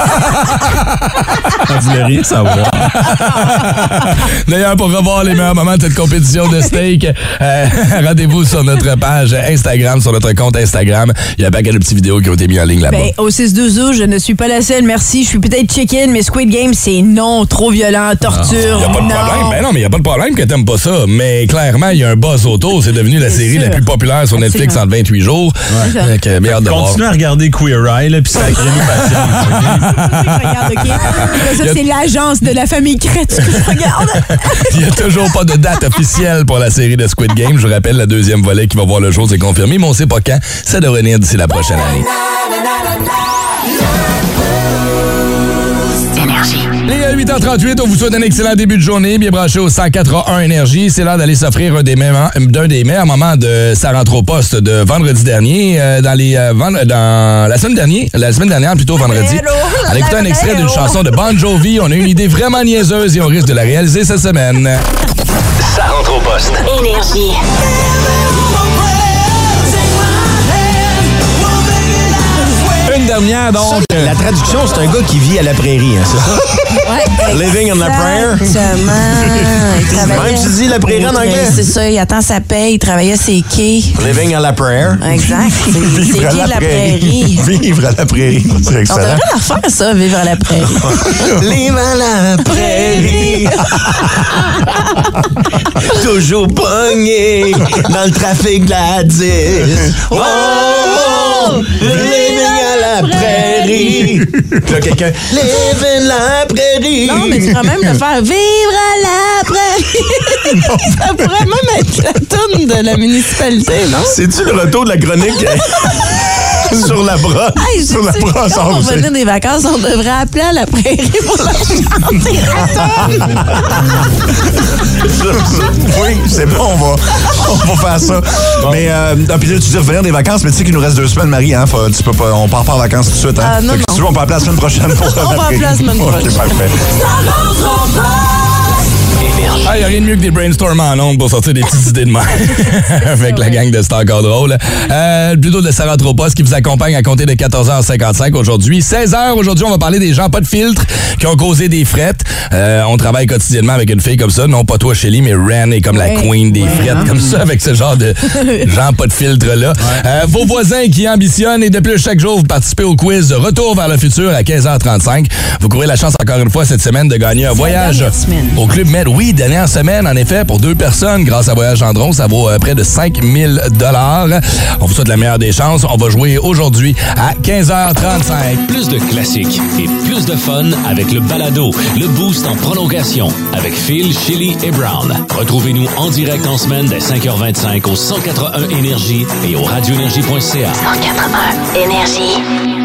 On voulait rien savoir. D'ailleurs, pour revoir les meilleurs moments de cette compétition de steak, rendez-vous sur notre page Instagram, sur notre compte Instagram. Il y a un paquet de petites vidéos qui ont été mises en ligne là-bas. Ben, au 6-12, je ne suis pas la seule. Merci. Je suis peut-être chicken, mais Squid Game, c'est non, trop violent, torture. Il n'y a pas de problème. Ben non, mais il n'y a pas de problème que t'aimes pas ça. Mais clairement, il y a un buzz autour. C'est devenu la série la plus populaire sur Netflix en 28 jours. Bien hâte de voir. Continue à regarder Queer Eye, là, puis ça crée nos patients. Regarde, OK? Ça, c'est l'agence de la famille Crête que je regarde. Il n'y a toujours pas de date officielle pour la série de Squid Game. Je vous rappelle, la deuxième volet qui va voir le jour, c'est confirmé, mais on ne sait pas quand. Ça devrait venir d'ici la prochaine année. Les 8h38, on vous souhaite un excellent début de journée. Bien branché au 181 Énergie. C'est l'heure d'aller s'offrir d'un des meilleurs moments de sa rentre au poste de vendredi dernier. Dans la semaine dernière, plutôt vendredi. En écoutant un extrait d'une chanson de Bon Jovi, on a une idée vraiment niaiseuse et on risque de la réaliser cette semaine. Ça rentre au poste. Énergie. dernière, donc. La traduction, c'est un gars qui vit à la prairie, hein, c'est ça? Ouais. Living on the prairie. Exactement. Même tu dis la prairie en anglais? C'est ça, il attend sa paye, il travaillait ses quais. Living on la prairie. Exact. C'est quais de la prairie. Vivre à la prairie, c'est On excellent. devrait la refaire, ça, vivre à la prairie. Vivre à la prairie. Toujours pogné dans le trafic de la 10. Oh, living à la prairie. Là, quelqu'un, living la prairie. Non, mais tu pourrais même le faire vivre à la prairie. Ça pourrait même être la toune de la municipalité, non? C'est-tu le retour de la chronique sur la brosse? Hey, sur la brosse, quand on revenait des vacances, on devrait appeler à la prairie pour la chanter la toune. Oui, c'est bon, on va faire ça. Bon. Mais, puis là, tu dis revenir des vacances, mais tu sais qu'il nous reste 2 semaines, Marie, hein? Tu peux pas, on part pas en vacances tout de suite, hein? Non, non. Si tu veux, on peut appeler la semaine prochaine pour On va appeler la semaine prochaine. OK, parfait. Il n'y a rien de mieux que des brainstorms en ondes pour sortir des petites idées de moi. Avec la gang de C'est encore drôle. Plutôt de Sarah Tropos qui vous accompagne à compter de 14h55 aujourd'hui. 16h, aujourd'hui, on va parler des gens pas de filtre qui ont causé des frettes. On travaille quotidiennement avec une fille comme ça. Non, pas toi, Shelly, mais Ren est comme la queen des frettes. Comme ça, avec ce genre de gens pas de filtre-là. Vos voisins qui ambitionnent et de plus, chaque jour, vous participez au quiz Retour vers le futur à 15h35. Vous courez la chance encore une fois cette semaine de gagner un voyage au Club Med. Oui, dernière semaine, en effet, pour 2 personnes, grâce à Voyage Gendron, ça vaut près de 5 000 $. On vous souhaite la meilleure des chances. On va jouer aujourd'hui à 15h35. Plus de classiques et plus de fun avec le balado, le Boost en prolongation avec Phil, Shelly et Brown. Retrouvez-nous en direct en semaine dès 5h25 au 181 Énergie et au radioénergie.ca. 181 Énergie.